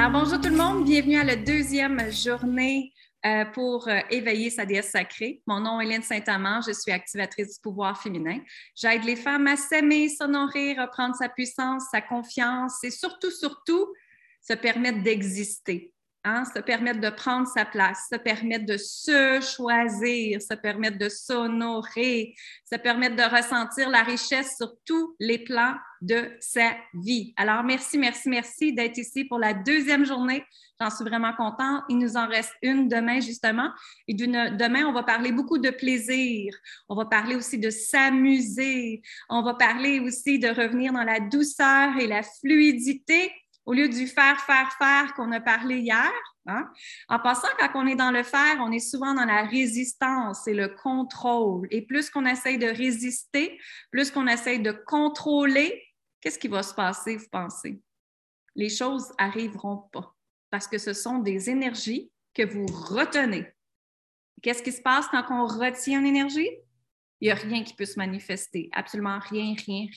Alors, bonjour tout le monde, bienvenue à la deuxième journée pour éveiller sa déesse sacrée. Mon nom est Hélène Saint-Amand, je suis activatrice du pouvoir féminin. J'aide les femmes à s'aimer, s'honorer, reprendre sa puissance, sa confiance et surtout, se permettre d'exister. Se permettre de prendre sa place, se permettre de se choisir, se permettre de s'honorer, se permettre de ressentir la richesse sur tous les plans de sa vie. Alors, merci d'être ici pour la deuxième journée. J'en suis vraiment contente. Il nous en reste une demain, justement. Et demain, on va parler beaucoup de plaisir. On va parler aussi de s'amuser. On va parler aussi de revenir dans la douceur et la fluidité au lieu du faire qu'on a parlé hier. En passant, quand on est dans le faire, on est souvent dans la résistance et le contrôle. Et plus qu'on essaye de résister, plus qu'on essaye de contrôler, qu'est-ce qui va se passer, vous pensez? Les choses n'arriveront pas parce que ce sont des énergies que vous retenez. Qu'est-ce qui se passe quand on retient une énergie? Il n'y a rien qui peut se manifester. Absolument rien.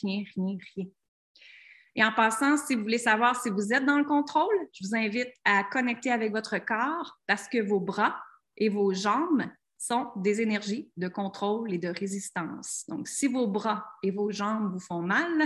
Et en passant, si vous voulez savoir si vous êtes dans le contrôle, je vous invite à connecter avec votre corps parce que vos bras et vos jambes sont des énergies de contrôle et de résistance. Donc, si vos bras et vos jambes vous font mal,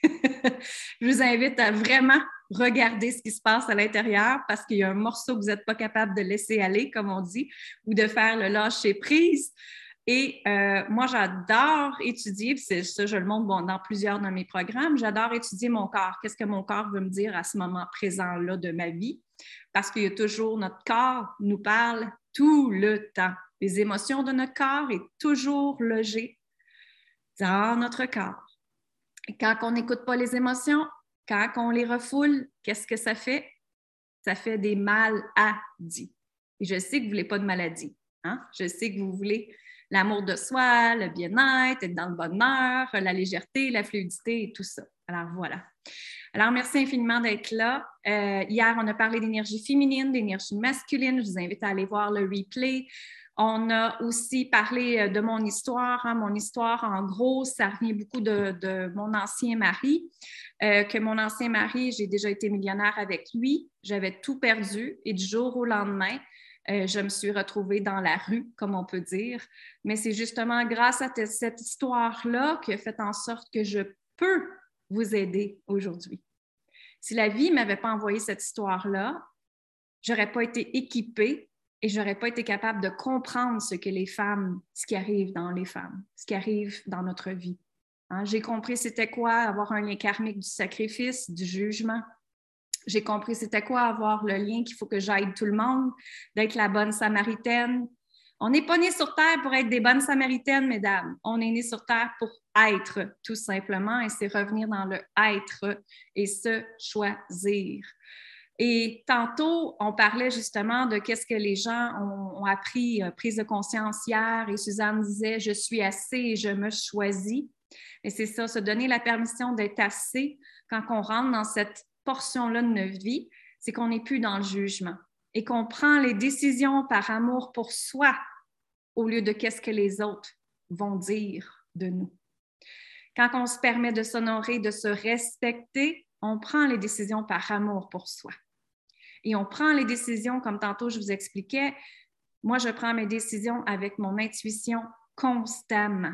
je vous invite à vraiment regarder ce qui se passe à l'intérieur parce qu'il y a un morceau que vous n'êtes pas capable de laisser aller, comme on dit, ou de faire le lâcher-prise. Et moi, j'adore étudier, puis c'est ça, je le montre dans plusieurs de mes programmes, j'adore étudier mon corps. Qu'est-ce que mon corps veut me dire à ce moment présent-là de ma vie? Parce qu'il y a toujours, notre corps nous parle tout le temps. Les émotions de notre corps sont toujours logées dans notre corps. Et quand on n'écoute pas les émotions, quand on les refoule, qu'est-ce que ça fait? Ça fait des maladies. Et je sais que vous ne voulez pas de maladie. Je sais que vous voulez l'amour de soi, le bien-être, être dans le bonheur, la légèreté, la fluidité et tout ça. Alors, voilà. Alors, merci infiniment d'être là. Hier, on a parlé d'énergie féminine, d'énergie masculine. Je vous invite à aller voir le replay. On a aussi parlé de mon histoire. Mon histoire, en gros, ça revient beaucoup de mon ancien mari. Que mon ancien mari, j'ai déjà été millionnaire avec lui. J'avais tout perdu et du jour au lendemain, je me suis retrouvée dans la rue, comme on peut dire. Mais c'est justement grâce à cette histoire-là qui a fait en sorte que je peux vous aider aujourd'hui. Si la vie ne m'avait pas envoyé cette histoire-là, je n'aurais pas été équipée et je n'aurais pas été capable de comprendre ce qui arrive dans les femmes, ce qui arrive dans notre vie. J'ai compris c'était quoi avoir un lien karmique du sacrifice, du jugement. J'ai compris c'était quoi avoir le lien qu'il faut que j'aide tout le monde, d'être la bonne samaritaine. On n'est pas né sur Terre pour être des bonnes samaritaines, mesdames. On est né sur Terre pour être, tout simplement, et c'est revenir dans le être et se choisir. Et tantôt, on parlait justement de qu'est-ce que les gens ont appris, prise de conscience hier, et Suzanne disait « Je suis assez et je me choisis ». Et c'est ça, se donner la permission d'être assez quand on rentre dans cette portion-là de notre vie, c'est qu'on n'est plus dans le jugement et qu'on prend les décisions par amour pour soi au lieu de qu'est-ce que les autres vont dire de nous. Quand on se permet de s'honorer, de se respecter, on prend les décisions par amour pour soi. Et on prend les décisions, comme tantôt je vous expliquais, moi je prends mes décisions avec mon intuition constamment.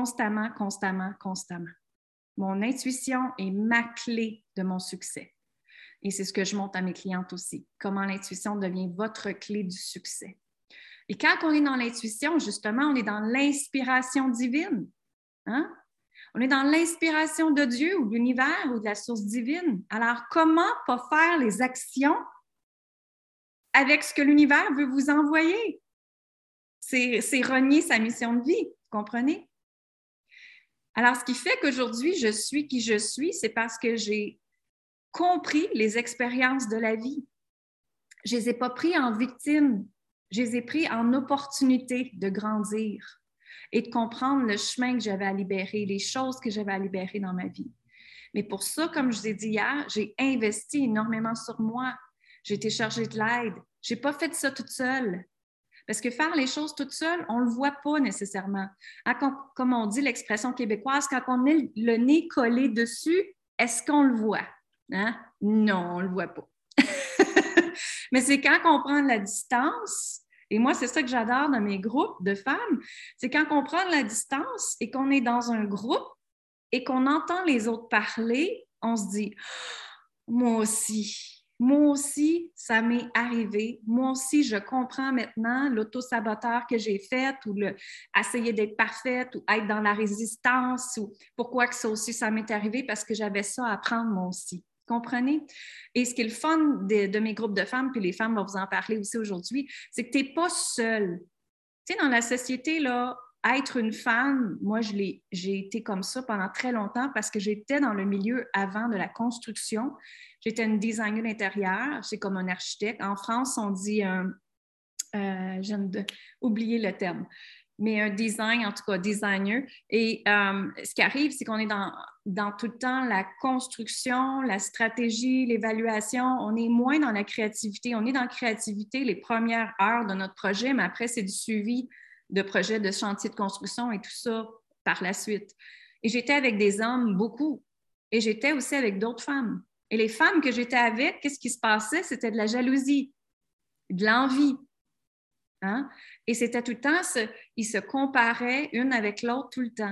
Mon intuition est ma clé de mon succès. Et c'est ce que je montre à mes clientes aussi. Comment l'intuition devient votre clé du succès. Et quand on est dans l'intuition, justement, on est dans l'inspiration divine. On est dans l'inspiration de Dieu ou de l'univers ou de la source divine. Alors, comment pas faire les actions avec ce que l'univers veut vous envoyer? C'est renier sa mission de vie, vous comprenez? Alors, ce qui fait qu'aujourd'hui, je suis qui je suis, c'est parce que j'ai compris les expériences de la vie. Je ne les ai pas pris en victime, je les ai pris en opportunité de grandir et de comprendre le chemin que j'avais à libérer, les choses que j'avais à libérer dans ma vie. Mais pour ça, comme je vous ai dit hier, j'ai investi énormément sur moi. J'ai été chercher de l'aide. Je n'ai pas fait ça toute seule. Parce que faire les choses toute seule, on ne le voit pas nécessairement. Comme on dit l'expression québécoise, quand on a le nez collé dessus, est-ce qu'on le voit? Non, on ne le voit pas. Mais c'est quand on prend de la distance, et moi, c'est ça que j'adore dans mes groupes de femmes, c'est quand on prend de la distance et qu'on est dans un groupe et qu'on entend les autres parler, on se dit, moi aussi, ça m'est arrivé. Moi aussi, je comprends maintenant l'auto-saboteur que j'ai fait ou essayer d'être parfaite ou être dans la résistance ou pourquoi que ça aussi, ça m'est arrivé parce que j'avais ça à apprendre moi aussi. Comprenez? Et ce qui est le fun de mes groupes de femmes, puis les femmes vont vous en parler aussi aujourd'hui, c'est que tu n'es pas seule. Tu sais, dans la société, là, être une femme, moi, j'ai été comme ça pendant très longtemps parce que j'étais dans le milieu avant de la construction. J'étais une designer d'intérieur, c'est comme un architecte. En France, on dit, je viens d'oublier le terme, mais un design, en tout cas, designer. Et ce qui arrive, c'est qu'on est dans tout le temps la construction, la stratégie, l'évaluation. On est moins dans la créativité. On est dans la créativité les premières heures de notre projet, mais après, c'est du suivi de projets de chantier de construction et tout ça par la suite. Et j'étais avec des hommes, beaucoup. Et j'étais aussi avec d'autres femmes. Et les femmes que j'étais avec, qu'est-ce qui se passait? C'était de la jalousie, de l'envie. Hein? Et c'était tout le temps, ils se comparaient une avec l'autre tout le temps.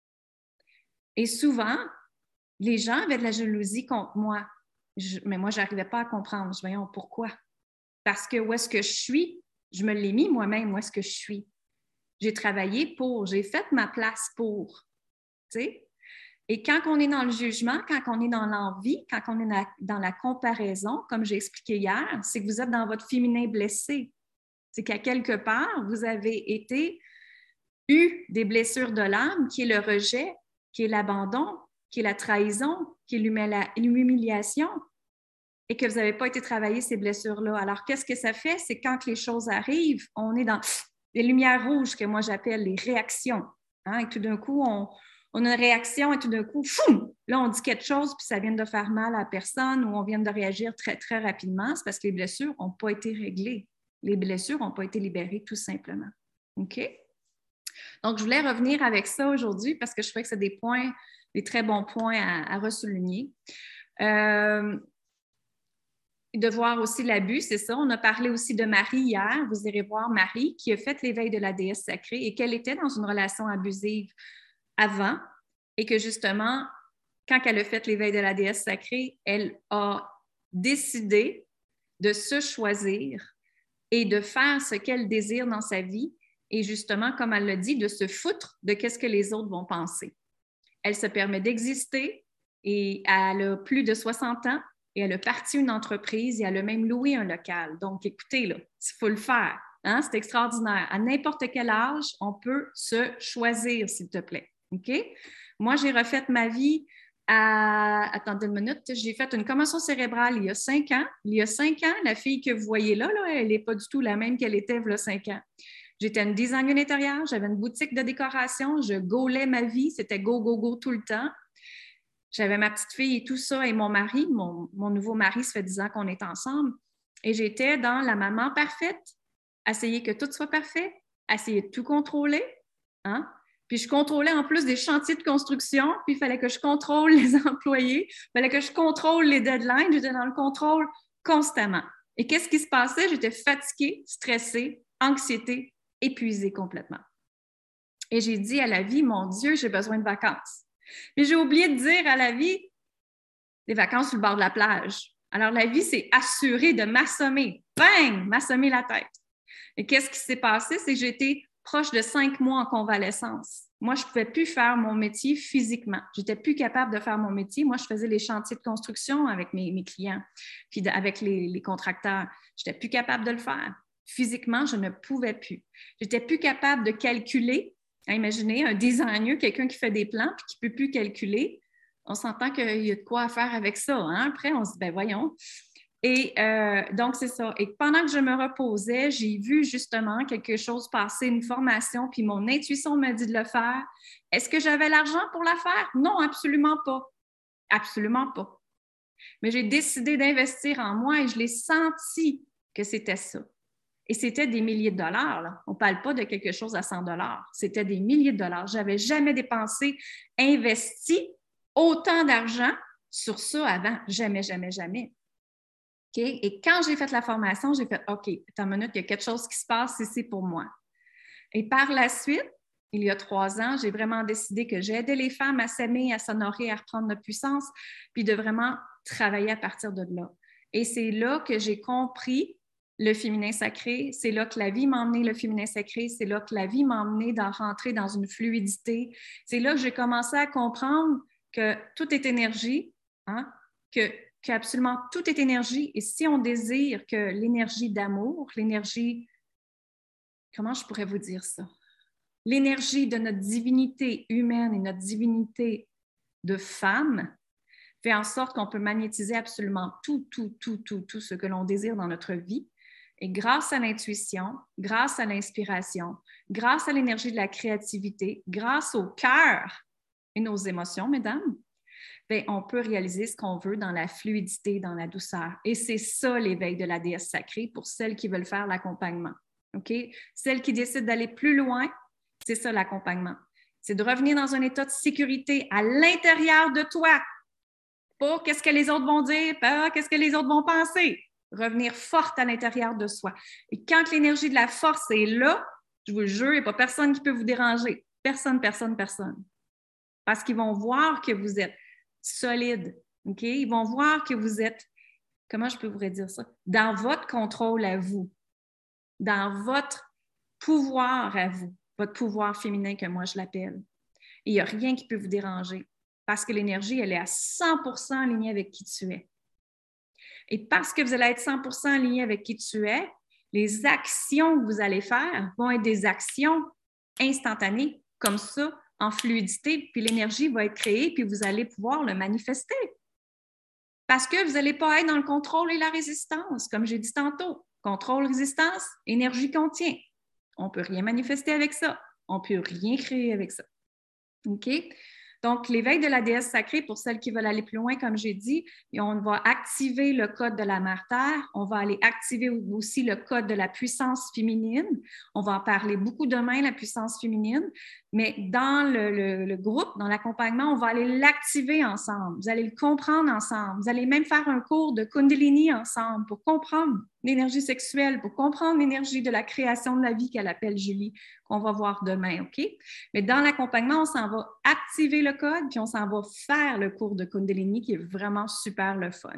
Et souvent, les gens avaient de la jalousie contre moi. Mais moi, je n'arrivais pas à comprendre. Je voyais pourquoi. Parce que où est-ce que je suis? Je me l'ai mis moi-même, où est-ce que je suis? J'ai travaillé pour, j'ai fait ma place pour. Tu sais? Et quand on est dans le jugement, quand on est dans l'envie, quand on est dans la comparaison, comme j'ai expliqué hier, c'est que vous êtes dans votre féminin blessé. C'est qu'à quelque part, vous avez eu des blessures de l'âme, qui est le rejet, qui est l'abandon, qui est la trahison, qui est l'humiliation, et que vous n'avez pas été travailler ces blessures-là. Alors, qu'est-ce que ça fait? C'est quand les choses arrivent, on est dans les lumières rouges que moi j'appelle les réactions. Hein? Et tout d'un coup, on a une réaction et tout d'un coup, foum, là, on dit quelque chose puis ça vient de faire mal à la personne ou on vient de réagir très, très rapidement. C'est parce que les blessures n'ont pas été réglées. Les blessures n'ont pas été libérées tout simplement. OK? Donc, je voulais revenir avec ça aujourd'hui parce que je trouvais que c'est des très bons points à ressouligner. De voir aussi l'abus, c'est ça. On a parlé aussi de Marie hier. Vous irez voir Marie qui a fait l'éveil de la déesse sacrée et qu'elle était dans une relation abusive avant et que justement, quand elle a fait l'éveil de la déesse sacrée, elle a décidé de se choisir et de faire ce qu'elle désire dans sa vie et justement, comme elle l'a dit, de se foutre de qu'est-ce que les autres vont penser. Elle se permet d'exister et elle a plus de 60 ans. Et elle a parti une entreprise et elle a même loué un local. Donc, écoutez, là, il faut le faire. Hein? C'est extraordinaire. À n'importe quel âge, on peut se choisir, s'il te plaît. OK? Moi, j'ai refait ma vie attendez une minute. J'ai fait une commotion cérébrale il y a 5 ans. Il y a 5 ans, la fille que vous voyez là, elle n'est pas du tout la même qu'elle était il y a 5 ans. J'étais une designer d'intérieur, j'avais une boutique de décoration, je gaulais ma vie, c'était go, go, go tout le temps. J'avais ma petite fille et tout ça, et mon mari, mon nouveau mari, ça fait 10 ans qu'on est ensemble. Et j'étais dans la maman parfaite, essayer que tout soit parfait, essayer de tout contrôler. Hein? Puis je contrôlais en plus des chantiers de construction, puis il fallait que je contrôle les employés, il fallait que je contrôle les deadlines, j'étais dans le contrôle constamment. Et qu'est-ce qui se passait? J'étais fatiguée, stressée, anxiété, épuisée complètement. Et j'ai dit à la vie, mon Dieu, j'ai besoin de vacances. Mais j'ai oublié de dire à la vie, des vacances sur le bord de la plage. Alors, la vie s'est assurée de m'assommer. Bang! M'assommer la tête. Et qu'est-ce qui s'est passé? C'est que j'ai été proche de 5 mois en convalescence. Moi, je ne pouvais plus faire mon métier physiquement. Je n'étais plus capable de faire mon métier. Moi, je faisais les chantiers de construction avec mes clients, puis avec les contracteurs. Je n'étais plus capable de le faire. Physiquement, je ne pouvais plus. Je n'étais plus capable de calculer. Imaginez un designer, quelqu'un qui fait des plans et qui ne peut plus calculer. On s'entend qu'il y a de quoi faire avec ça. Hein? Après, on se dit, ben voyons. Et donc, c'est ça. Et pendant que je me reposais, j'ai vu justement quelque chose passer, une formation, puis mon intuition m'a dit de le faire. Est-ce que j'avais l'argent pour la faire? Non, absolument pas. Absolument pas. Mais j'ai décidé d'investir en moi et je l'ai senti que c'était ça. Et c'était des milliers de dollars. Là. On ne parle pas de quelque chose à 100 dollars. C'était des milliers de dollars. Je n'avais jamais dépensé, investi autant d'argent sur ça avant. Jamais, jamais, jamais. OK? Et quand j'ai fait la formation, j'ai fait OK, attends une minute, il y a quelque chose qui se passe ici pour moi. Et par la suite, il y a 3 ans, j'ai vraiment décidé que j'aidais les femmes à s'aimer, à s'honorer, à reprendre notre puissance, puis de vraiment travailler à partir de là. Et c'est là que j'ai compris le féminin sacré, c'est là que la vie m'a emmené le féminin sacré, c'est là que la vie m'a emmené dans rentrer dans une fluidité. C'est là que j'ai commencé à comprendre que tout est énergie, hein? Qu'absolument tout est énergie. Et si on désire que l'énergie d'amour, l'énergie, comment je pourrais vous dire ça? L'énergie de notre divinité humaine et notre divinité de femme fait en sorte qu'on peut magnétiser absolument tout ce que l'on désire dans notre vie. Et grâce à l'intuition, grâce à l'inspiration, grâce à l'énergie de la créativité, grâce au cœur et nos émotions, mesdames, bien, on peut réaliser ce qu'on veut dans la fluidité, dans la douceur. Et c'est ça l'éveil de la déesse sacrée pour celles qui veulent faire l'accompagnement. OK? Celles qui décident d'aller plus loin, c'est ça l'accompagnement. C'est de revenir dans un état de sécurité à l'intérieur de toi. Pas qu'est-ce que les autres vont dire, pas qu'est-ce que les autres vont penser. Revenir forte à l'intérieur de soi. Et quand l'énergie de la force est là, je vous le jure, il n'y a pas personne qui peut vous déranger. Personne. Parce qu'ils vont voir que vous êtes solide. OK? Ils vont voir que vous êtes, comment je peux vous dire ça? Dans votre contrôle à vous. Dans votre pouvoir à vous. Votre pouvoir féminin, que moi je l'appelle. Et il n'y a rien qui peut vous déranger. Parce que l'énergie, elle est à 100% alignée avec qui tu es. Et parce que vous allez être 100% aligné avec qui tu es, les actions que vous allez faire vont être des actions instantanées, comme ça, en fluidité, puis l'énergie va être créée, puis vous allez pouvoir le manifester. Parce que vous n'allez pas être dans le contrôle et la résistance, comme j'ai dit tantôt. Contrôle, résistance, énergie contient. On ne peut rien manifester avec ça. On ne peut rien créer avec ça. OK? Donc, l'éveil de la déesse sacrée, pour celles qui veulent aller plus loin, comme j'ai dit, on va activer le code de la Mère Terre. On va aller activer aussi le code de la puissance féminine. On va en parler beaucoup demain, la puissance féminine. Mais dans le groupe, dans l'accompagnement, on va aller l'activer ensemble. Vous allez le comprendre ensemble. Vous allez même faire un cours de Kundalini ensemble pour comprendre l'énergie sexuelle, pour comprendre l'énergie de la création de la vie qu'elle appelle Julie, qu'on va voir demain, OK? Mais dans l'accompagnement, on s'en va activer le code, puis on s'en va faire le cours de Kundalini qui est vraiment super le fun.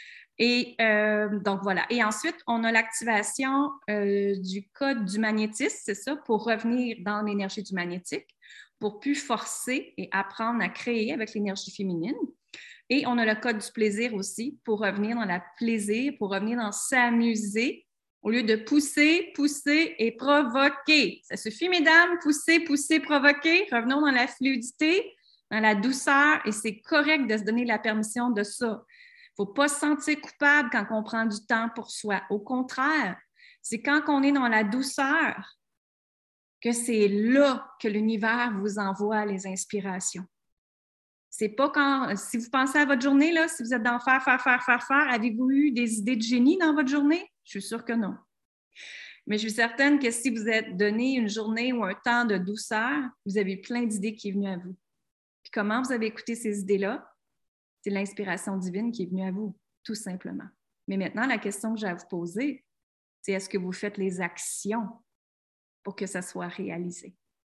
Et donc voilà. Et ensuite, on a l'activation du code du magnétisme, c'est ça, pour revenir dans l'énergie du magnétique, pour plus forcer et apprendre à créer avec l'énergie féminine. Et on a le code du plaisir aussi, pour revenir dans le plaisir, pour revenir dans s'amuser, au lieu de pousser, pousser et provoquer. Ça suffit, mesdames, pousser, pousser, provoquer. Revenons dans la fluidité, dans la douceur, et c'est correct de se donner la permission de ça. Il ne faut pas se sentir coupable quand on prend du temps pour soi. Au contraire, c'est quand on est dans la douceur que c'est là que l'univers vous envoie les inspirations. C'est pas quand, si vous pensez à votre journée, là, si vous êtes dans faire, avez-vous eu des idées de génie dans votre journée? Je suis sûre que non. Mais je suis certaine que si vous êtes donné une journée ou un temps de douceur, vous avez plein d'idées qui sont venues à vous. Puis comment vous avez écouté ces idées-là? C'est l'inspiration divine qui est venue à vous, tout simplement. Mais maintenant, la question que j'ai à vous poser, c'est est-ce que vous faites les actions pour que ça soit réalisé?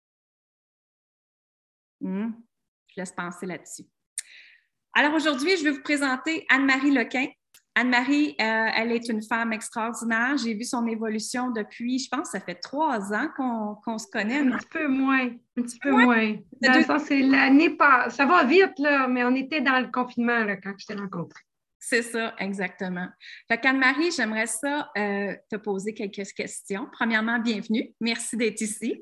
Je laisse penser là-dessus. Alors aujourd'hui, je vais vous présenter Anne-Marie Lequin. Anne-Marie, elle est une femme extraordinaire. J'ai vu son évolution depuis, je pense, ça fait 3 ans qu'on se connaît. Un petit peu moins. Dans le sens, c'est l'année passée. Ça va vite, là, mais on était dans le confinement là, quand je t'ai rencontrée. C'est ça, exactement. Fait qu'Anne-Marie, j'aimerais ça te poser quelques questions. Premièrement, bienvenue. Merci d'être ici.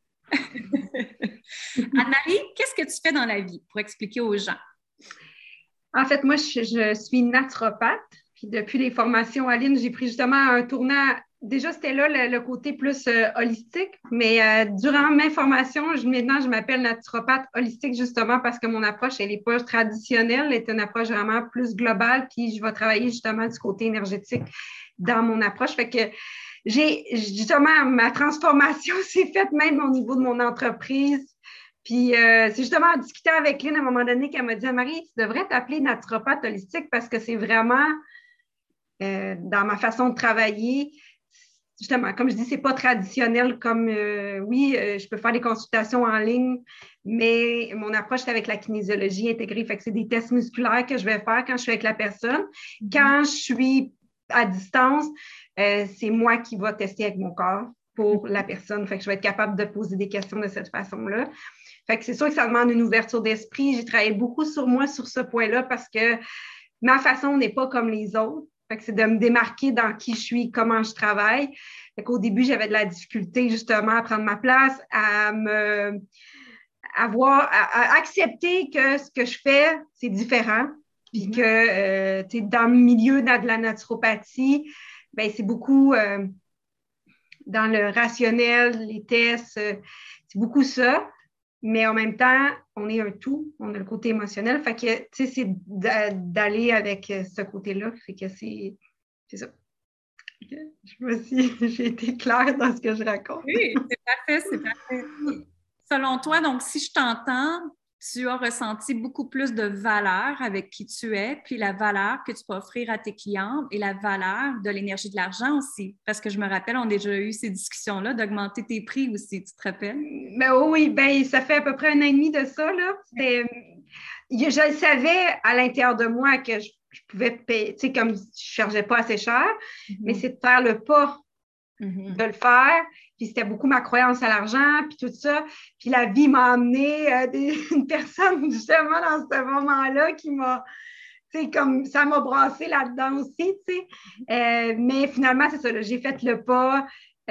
Anne-Marie, qu'est-ce que tu fais dans la vie pour expliquer aux gens? En fait, moi, je suis naturopathe. Puis depuis les formations à l'IN, j'ai pris justement un tournant. Déjà, c'était là le côté plus holistique, mais durant mes formations, maintenant, je m'appelle naturopathe holistique justement parce que mon approche, elle n'est pas traditionnelle, elle est une approche vraiment plus globale, puis je vais travailler justement du côté énergétique dans mon approche. Fait que justement, ma transformation s'est faite même au niveau de mon entreprise. Puis, c'est justement en discutant avec Lynn à un moment donné qu'elle m'a dit « Marie, tu devrais t'appeler naturopathe holistique parce que c'est vraiment dans ma façon de travailler. Justement, comme je dis, c'est pas traditionnel comme, je peux faire des consultations en ligne, mais mon approche, c'est avec la kinésiologie intégrée. Fait que c'est des tests musculaires que je vais faire quand je suis avec la personne. Quand je suis à distance, c'est moi qui vais tester avec mon corps pour la personne. Fait que je vais être capable de poser des questions de cette façon-là. Fait que c'est sûr que ça demande une ouverture d'esprit. J'ai travaillé beaucoup sur moi sur ce point-là parce que ma façon n'est pas comme les autres. Fait que c'est de me démarquer dans qui je suis, comment je travaille. Fait qu'au début, j'avais de la difficulté justement à prendre ma place, à accepter que ce que je fais, c'est différent. Puis que dans le milieu de la naturopathie, ben, c'est beaucoup dans le rationnel, les tests, c'est beaucoup ça. Mais en même temps, on est un tout, on a le côté émotionnel. Fait que, tu sais, c'est d'aller avec ce côté-là. Fait que c'est ça. J'ai été claire dans ce que je raconte. Oui, c'est parfait, c'est parfait. Selon toi, donc, si je t'entends, tu as ressenti beaucoup plus de valeur avec qui tu es, puis la valeur que tu peux offrir à tes clients et la valeur de l'énergie de l'argent aussi. Parce que je me rappelle, on a déjà eu ces discussions-là d'augmenter tes prix aussi, tu te rappelles? Ben oui, ben, ça fait à peu près 1 an et demi de ça, là. Je le savais à l'intérieur de moi que je pouvais payer, tu sais, comme je ne chargeais pas assez cher, mais c'est de faire le pas, de le faire. Puis c'était beaucoup ma croyance à l'argent, puis tout ça. Puis la vie m'a amené une personne, justement, dans ce moment-là, qui m'a, tu sais, comme ça m'a brassé là-dedans aussi, tu sais. Mais finalement, c'est ça, là, j'ai fait le pas.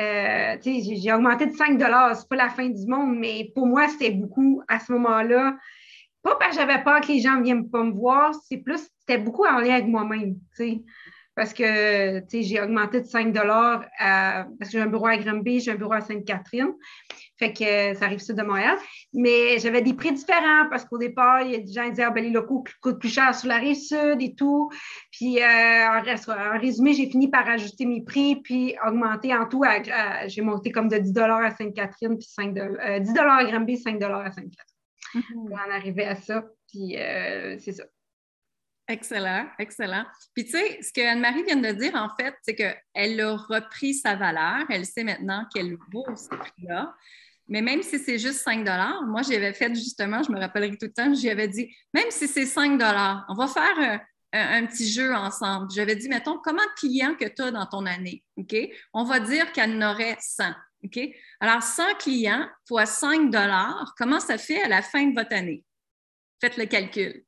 J'ai augmenté de 5 $. C'est pas la fin du monde, mais pour moi, c'était beaucoup à ce moment-là. Pas parce que j'avais peur que les gens ne viennent pas me voir, c'était beaucoup en lien avec moi-même, tu sais. Parce que, tu sais, j'ai augmenté de 5 parce que j'ai un bureau à Granby, j'ai un bureau à Sainte-Catherine. Fait que ça arrive sud de Montréal. Mais j'avais des prix différents parce qu'au départ, il y a des gens qui disaient, les locaux coûtent plus cher sur la rive sud et tout. Puis, en résumé, j'ai fini par ajuster mes prix puis augmenter en tout. J'ai monté comme de 10 $ à Sainte-Catherine, puis 10 $ à Granby, 5 $ à Sainte-Catherine. Pour en arriver à ça. Puis, c'est ça. Excellent, excellent. Puis tu sais, ce que Anne-Marie vient de dire, en fait, c'est qu'elle a repris sa valeur. Elle sait maintenant qu'elle vaut ce prix-là. Mais même si c'est juste 5 $, moi, j'avais fait justement, je me rappellerai tout le temps, j'y avais dit, même si c'est 5 $, on va faire un petit jeu ensemble. J'avais dit, mettons, combien de clients que tu as dans ton année? OK? On va dire qu'elle en aurait 100. OK? Alors, 100 clients fois 5 $, comment ça fait à la fin de votre année? Faites le calcul.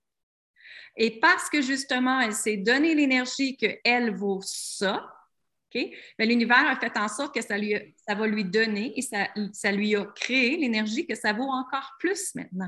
Et parce que justement, elle s'est donné l'énergie qu'elle vaut ça, okay? Bien, l'univers a fait en sorte que ça va lui donner et ça lui a créé l'énergie que ça vaut encore plus maintenant.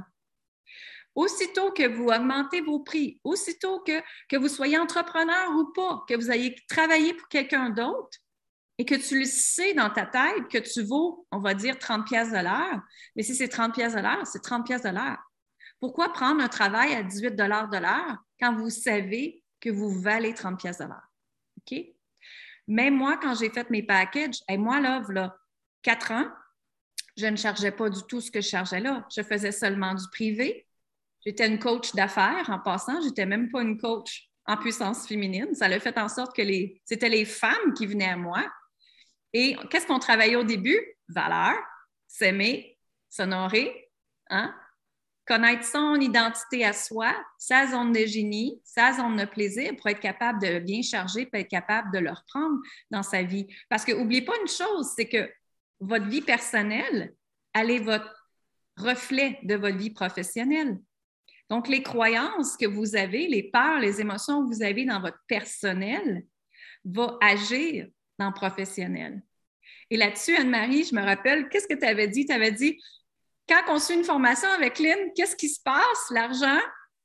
Aussitôt que vous augmentez vos prix, aussitôt que vous soyez entrepreneur ou pas, que vous ayez travaillé pour quelqu'un d'autre et que tu le sais dans ta tête que tu vaux, on va dire, 30 pièces de l'heure, mais si c'est 30 pièces de l'heure, c'est 30 pièces de l'heure. Pourquoi prendre un travail à 18 $ de l'heure quand vous savez que vous valez 30 pièces de l'heure? OK? Même moi, quand j'ai fait mes packages, moi, là, 4 ans, je ne chargeais pas du tout ce que je chargeais là. Je faisais seulement du privé. J'étais une coach d'affaires en passant. Je n'étais même pas une coach en puissance féminine. Ça a fait en sorte que c'était les femmes qui venaient à moi. Et qu'est-ce qu'on travaillait au début? Valeur, s'aimer, s'honorer, hein? Connaître son identité à soi, sa zone de génie, sa zone de plaisir pour être capable de bien charger, pour être capable de le reprendre dans sa vie. Parce que n'oubliez pas une chose, c'est que votre vie personnelle, elle est votre reflet de votre vie professionnelle. Donc, les croyances que vous avez, les peurs, les émotions que vous avez dans votre personnel vont agir dans le professionnel. Et là-dessus, Anne-Marie, je me rappelle, qu'est-ce que tu avais dit? Tu avais dit, quand on suit une formation avec Lynn, qu'est-ce qui se passe, l'argent?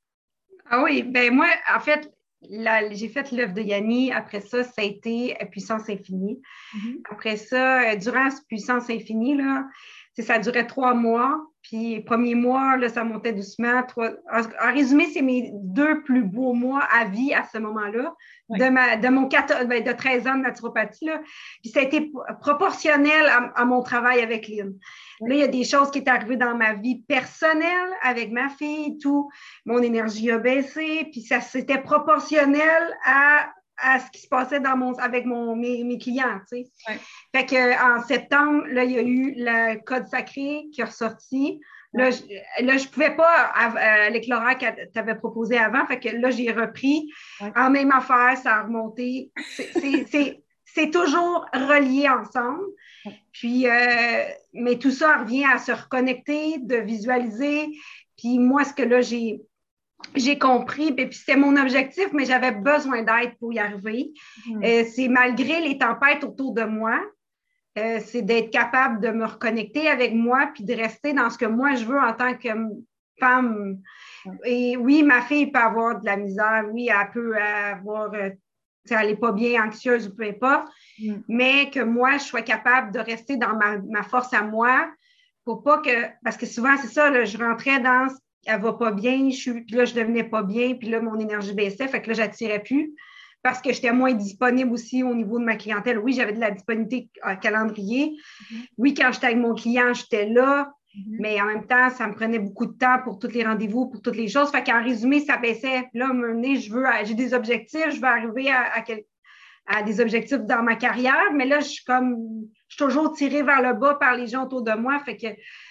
Ah oui, ben moi, en fait, j'ai fait l'œuvre de Yanni. Après ça, ça a été Puissance infinie. Après ça, durant Puissance infinie, là, ça durait 3 mois. Puis, le premier mois, là, ça montait doucement. En résumé, c'est mes 2 plus beaux mois à vie à ce moment-là, de mon 13 ans de naturopathie. Là. Puis, ça a été proportionnel à mon travail avec Lynn. Là, il y a des choses qui sont arrivées dans ma vie personnelle avec ma fille et tout. Mon énergie a baissé. Puis, ça c'était proportionnel à à ce qui se passait avec mes clients, tu sais. Ouais. Fait qu'en septembre, là, il y a eu le code sacré qui est ressorti. Là, je pouvais pas avec l'horaire que tu avais proposé avant. Fait que là, j'ai repris. Ouais. En même affaire, ça a remonté. C'est toujours relié ensemble. Puis, mais tout ça revient à se reconnecter, de visualiser. Puis moi, ce que là, j'ai compris, puis c'était mon objectif, mais j'avais besoin d'aide pour y arriver. C'est malgré les tempêtes autour de moi, c'est d'être capable de me reconnecter avec moi puis de rester dans ce que moi je veux en tant que femme. Et oui, ma fille peut avoir de la misère, oui, elle peut avoir, elle n'est pas bien anxieuse ou peu importe, mais que moi, je sois capable de rester dans ma force à moi pour pas que, parce que souvent, c'est ça, là, je rentrais dans elle va pas bien, puis là, je devenais pas bien, puis là, mon énergie baissait, fait que là, j'attirais plus parce que j'étais moins disponible aussi au niveau de ma clientèle. Oui, j'avais de la disponibilité calendrier. Oui, quand j'étais avec mon client, j'étais là, mais en même temps, ça me prenait beaucoup de temps pour tous les rendez-vous, pour toutes les choses. Fait qu'en résumé, ça baissait. Là, à un moment donné, j'ai des objectifs, je veux arriver à des objectifs dans ma carrière, mais là, je suis toujours tirée vers le bas par les gens autour de moi. Fait que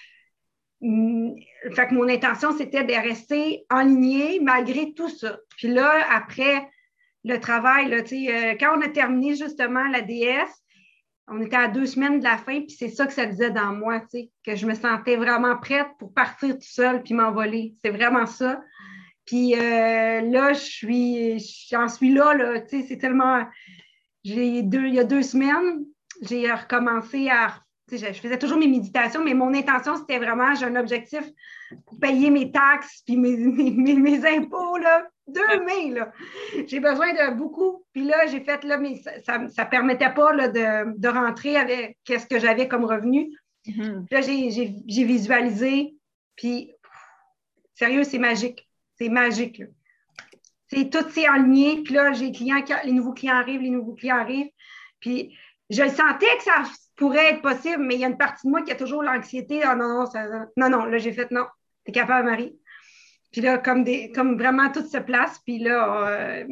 mon intention, c'était de rester alignée malgré tout ça. Puis là, après le travail, là, quand on a terminé justement la DS, on était à 2 semaines de la fin, puis c'est ça que ça disait dans moi, que je me sentais vraiment prête pour partir tout seul puis m'envoler. C'est vraiment ça. Puis là, j'en suis là, c'est tellement... Il y a 2 semaines, j'ai recommencé je faisais toujours mes méditations, mais mon intention, c'était vraiment, j'ai un objectif pour payer mes taxes puis mes impôts, là, 2 mai, là. J'ai besoin de beaucoup. Puis là, j'ai fait, là, mais ça ne permettait pas là, de rentrer avec ce que j'avais comme revenu. Puis là, j'ai visualisé. Puis, sérieux, c'est magique. C'est magique, là. Tout s'est aligné. Puis là, les nouveaux clients arrivent. Puis, je le sentais que ça pourrait être possible, mais il y a une partie de moi qui a toujours l'anxiété. Ah non, là, j'ai fait non. T'es capable, Marie. Puis là, comme vraiment tout se place. Puis là,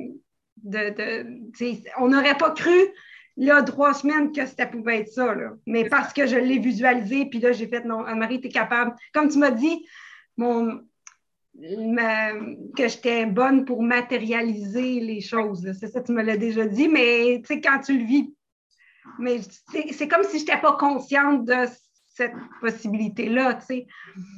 on n'aurait pas cru, là, 3 semaines que ça pouvait être ça, là. Mais parce que je l'ai visualisé, puis là, j'ai fait non, Anne-Marie, t'es capable. Comme tu m'as dit, que j'étais bonne pour matérialiser les choses. C'est ça, tu me l'as déjà dit, mais tu sais, quand tu le vis, mais c'est comme si je n'étais pas consciente de cette possibilité-là, tu sais.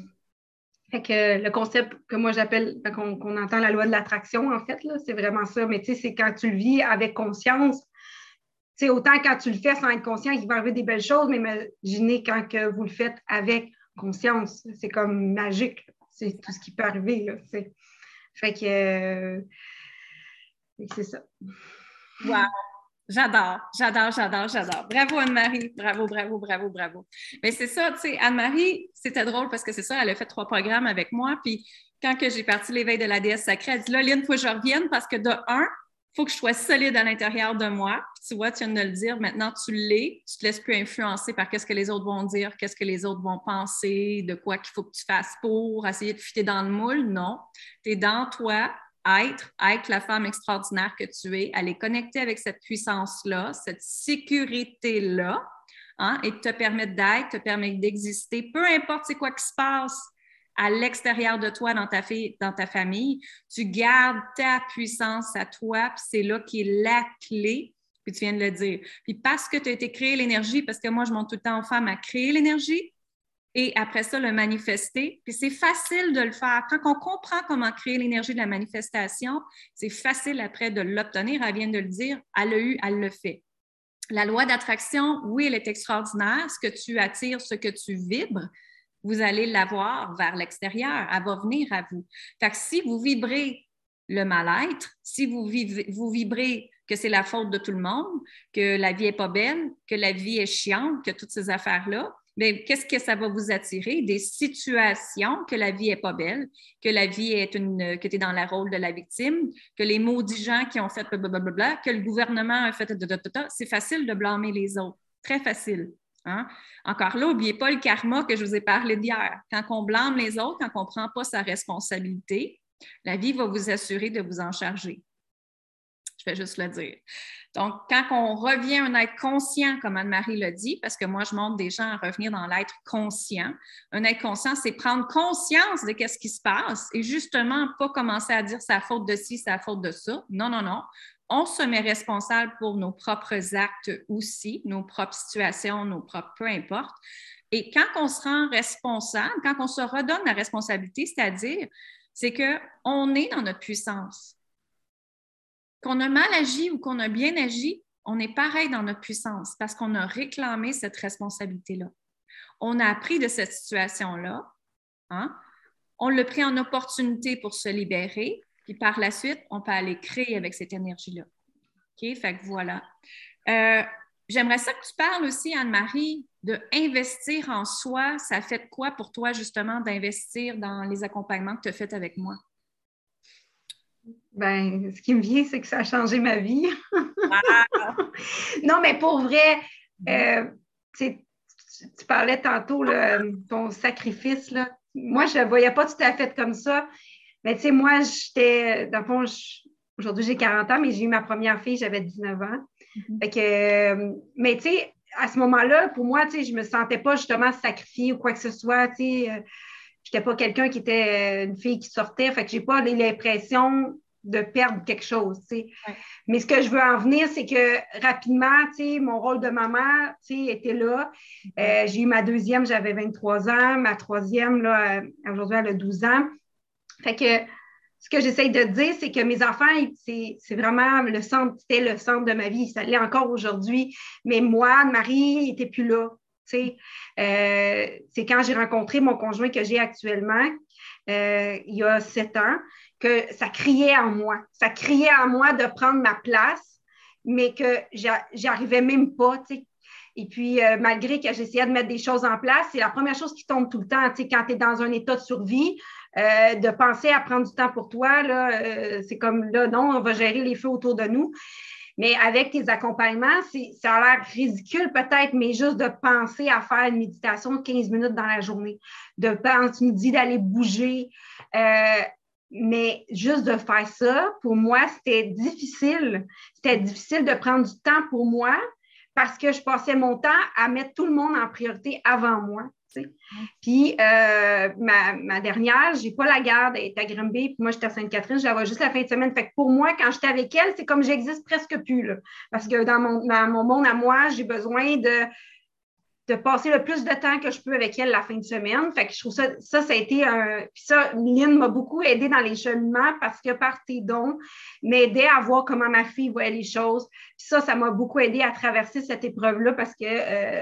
Fait que le concept que moi j'appelle, qu'on entend la loi de l'attraction, en fait, là, c'est vraiment ça. Mais tu sais, c'est quand tu le vis avec conscience. Tu sais, autant quand tu le fais sans être conscient, il va arriver des belles choses, mais imaginez quand que vous le faites avec conscience. C'est comme magique. C'est tout ce qui peut arriver, là, t'sais. Fait que c'est ça. Wow! J'adore. Bravo, Anne-Marie. Bravo. Mais c'est ça, tu sais, Anne-Marie, c'était drôle parce que c'est ça, elle a fait 3 programmes avec moi. Puis quand que j'ai parti l'éveil de la déesse sacrée, elle dit là, Lynn, il faut que je revienne parce que de un, il faut que je sois solide à l'intérieur de moi. Puis tu vois, tu viens de le dire, maintenant tu l'es. Tu ne te laisses plus influencer par qu'est-ce que les autres vont dire, qu'est-ce que les autres vont penser, de quoi qu'il faut que tu fasses pour essayer de fitter dans le moule. Non, tu es dans toi. Être la femme extraordinaire que tu es, aller connecter avec cette puissance-là, cette sécurité-là, hein, et te permettre d'être, te permettre d'exister, peu importe c'est quoi qui se passe à l'extérieur de toi, dans ta famille, tu gardes ta puissance à toi, puis c'est là qui est la clé, puis tu viens de le dire. Puis parce que tu as été créé l'énergie, parce que moi, je montre tout le temps aux femmes à créer l'énergie, et après ça, le manifester. Puis c'est facile de le faire. Quand on comprend comment créer l'énergie de la manifestation, c'est facile après de l'obtenir. Elle vient de le dire, elle l'a eu, elle le fait. La loi d'attraction, oui, elle est extraordinaire. Ce que tu attires, ce que tu vibres, vous allez l'avoir vers l'extérieur. Elle va venir à vous. Fait que si vous vibrez le mal-être, si vous vibrez que c'est la faute de tout le monde, que la vie n'est pas belle, que la vie est chiante, que toutes ces affaires-là, bien, qu'est-ce que ça va vous attirer? Des situations que la vie n'est pas belle, que la vie est que tu es dans le rôle de la victime, que les maudits gens qui ont fait blablabla, que le gouvernement a fait c'est facile de blâmer les autres. Très facile. Hein? Encore là, n'oubliez pas le karma que je vous ai parlé d'hier. Quand on blâme les autres, quand on ne prend pas sa responsabilité, la vie va vous assurer de vous en charger. Je fais juste le dire. Donc, quand on revient à un être conscient, comme Anne-Marie l'a dit, parce que moi, je montre des gens à revenir dans l'être conscient. Un être conscient, c'est prendre conscience de ce qui se passe et justement, pas commencer à dire c'est la faute de ci, c'est la faute de ça. Non, non, non. On se met responsable pour nos propres actes aussi, nos propres situations, nos propres, peu importe. Et quand on se rend responsable, quand on se redonne la responsabilité, c'est-à-dire, c'est qu'on est dans notre puissance. Qu'on a mal agi ou qu'on a bien agi, on est pareil dans notre puissance parce qu'on a réclamé cette responsabilité-là. On a appris de cette situation-là, hein? On l'a pris en opportunité pour se libérer, puis par la suite, on peut aller créer avec cette énergie-là. OK? Fait que voilà. J'aimerais ça que tu parles aussi, Anne-Marie, d'investir en soi. Ça fait quoi pour toi, justement, d'investir dans les accompagnements que tu as faits avec moi? Ben, ce qui me vient, c'est que ça a changé ma vie. Wow! Non, mais pour vrai, tu parlais tantôt, là, ton sacrifice, là. Moi, je ne le voyais pas tout à fait comme ça. Mais tu sais, moi, dans le fond, aujourd'hui, j'ai 40 ans, mais j'ai eu ma première fille, j'avais 19 ans. Fait que, mais tu sais, à ce moment-là, pour moi, tu sais, je ne me sentais pas justement sacrifiée ou quoi que ce soit. Tu sais, je n'étais pas quelqu'un qui était une fille qui sortait. Fait que je n'ai pas l'impression de perdre quelque chose, tu sais. Ouais. Mais ce que je veux en venir, c'est que rapidement, tu sais, mon rôle de maman, tu sais, était là. J'ai eu ma deuxième, j'avais 23 ans. Ma troisième, là, aujourd'hui, elle a 12 ans. Fait que ce que j'essaye de dire, c'est que mes enfants, c'est vraiment le centre, c'était le centre de ma vie. Ça l'est encore aujourd'hui. Mais moi, Marie, n'était plus là. Tu sais. C'est quand j'ai rencontré mon conjoint que j'ai actuellement, il y a 7 ans, que ça criait en moi. Ça criait en moi de prendre ma place, mais que j'y arrivais même pas, tu sais. Et puis, malgré que j'essayais de mettre des choses en place, c'est la première chose qui tombe tout le temps, tu sais, quand tu es dans un état de survie, de penser à prendre du temps pour toi, là, c'est comme, là, non, on va gérer les feux autour de nous. Mais avec tes accompagnements, ça a l'air ridicule peut-être, mais juste de penser à faire une méditation 15 minutes dans la journée, de penser, tu me dis d'aller bouger, mais juste de faire ça, pour moi, c'était difficile. C'était difficile de prendre du temps pour moi parce que je passais mon temps à mettre tout le monde en priorité avant moi. Tu sais. Puis, ma dernière, j'ai pas la garde, elle est à Granby, puis moi, j'étais à Sainte-Catherine, je la vois juste la fin de semaine. Fait que pour moi, quand j'étais avec elle, c'est comme j'existe presque plus, là. Parce que dans mon monde à moi, j'ai besoin de passer le plus de temps que je peux avec elle la fin de semaine. Fait que je trouve ça a été un... Puis ça, Lynn m'a beaucoup aidé dans les cheminements parce que par tes dons, m'aidait à voir comment ma fille voyait les choses. Puis ça m'a beaucoup aidé à traverser cette épreuve-là parce que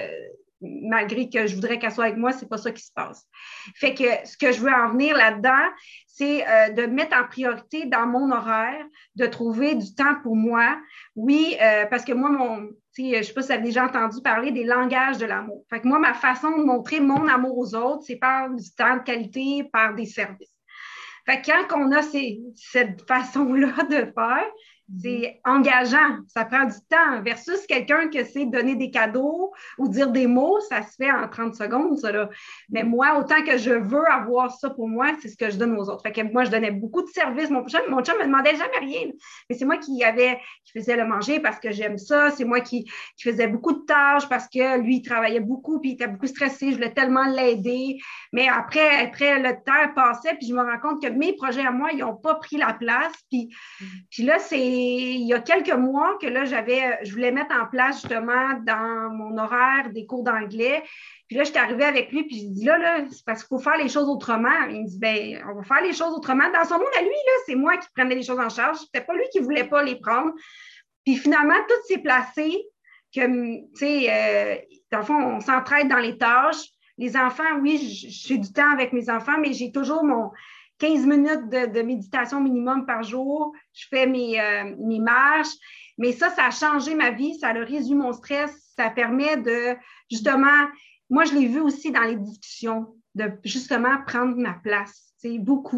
malgré que je voudrais qu'elle soit avec moi, c'est pas ça qui se passe. Fait que ce que je veux en venir là-dedans, c'est de mettre en priorité dans mon horaire, de trouver du temps pour moi. Oui, parce que moi, je ne sais pas si vous avez déjà entendu parler des langages de l'amour. Fait que moi, ma façon de montrer mon amour aux autres, c'est par du temps de qualité, par des services. Fait que quand on a cette façon-là de faire, c'est engageant, ça prend du temps. Versus quelqu'un qui sait donner des cadeaux ou dire des mots, ça se fait en 30 secondes, ça là. Mais moi, autant que je veux avoir ça pour moi, c'est ce que je donne aux autres. Fait que moi, je donnais beaucoup de services. Mon chum me demandait jamais rien. Mais c'est moi qui faisais le manger parce que j'aime ça. C'est moi qui faisais beaucoup de tâches parce que lui, il travaillait beaucoup puis il était beaucoup stressé. Je voulais tellement l'aider. Mais après, le temps passait puis je me rends compte que mes projets à moi, ils n'ont pas pris la place. Puis là, il y a quelques mois que là, je voulais mettre en place justement dans mon horaire des cours d'anglais. Puis là, j'étais arrivée avec lui, puis je dis là, c'est parce qu'il faut faire les choses autrement. Il me dit, ben, on va faire les choses autrement. Dans son monde à lui, là, c'est moi qui prenais les choses en charge. C'était pas lui qui voulait pas les prendre. Puis finalement, tout s'est placé que, tu sais, dans le fond, on s'entraide dans les tâches. Les enfants, oui, j'ai du temps avec mes enfants, mais j'ai toujours mon 15 minutes de méditation minimum par jour. Je fais mes marches. Mais ça a changé ma vie. Ça a réduit mon stress. Ça permet de, justement, moi, je l'ai vu aussi dans les discussions, de justement prendre ma place. C'est beaucoup.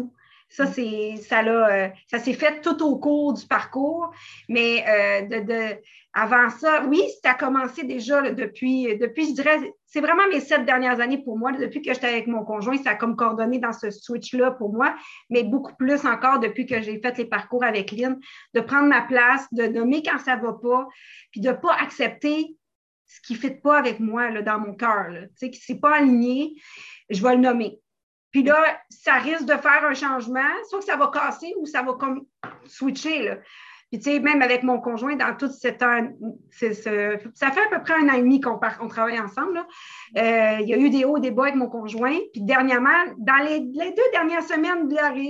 Ça, ça s'est fait tout au cours du parcours, mais avant ça, oui, ça a commencé déjà là, depuis, je dirais, c'est vraiment mes 7 dernières années pour moi. Depuis que j'étais avec mon conjoint, ça a comme coordonné dans ce switch-là pour moi, mais beaucoup plus encore depuis que j'ai fait les parcours avec Lynn, de prendre ma place, de nommer quand ça ne va pas, puis de ne pas accepter ce qui ne fit pas avec moi là, dans mon cœur, tu sais, qui ne s'est pas aligné, je vais le nommer. Puis là, ça risque de faire un changement, soit que ça va casser ou ça va comme switcher. Là. Puis, tu sais, même avec mon conjoint, dans tout cet an, ça fait à peu près 1 an et demi qu'on travaille ensemble. Il y a eu des hauts et des bas avec mon conjoint. Puis, dernièrement, dans les 2 dernières semaines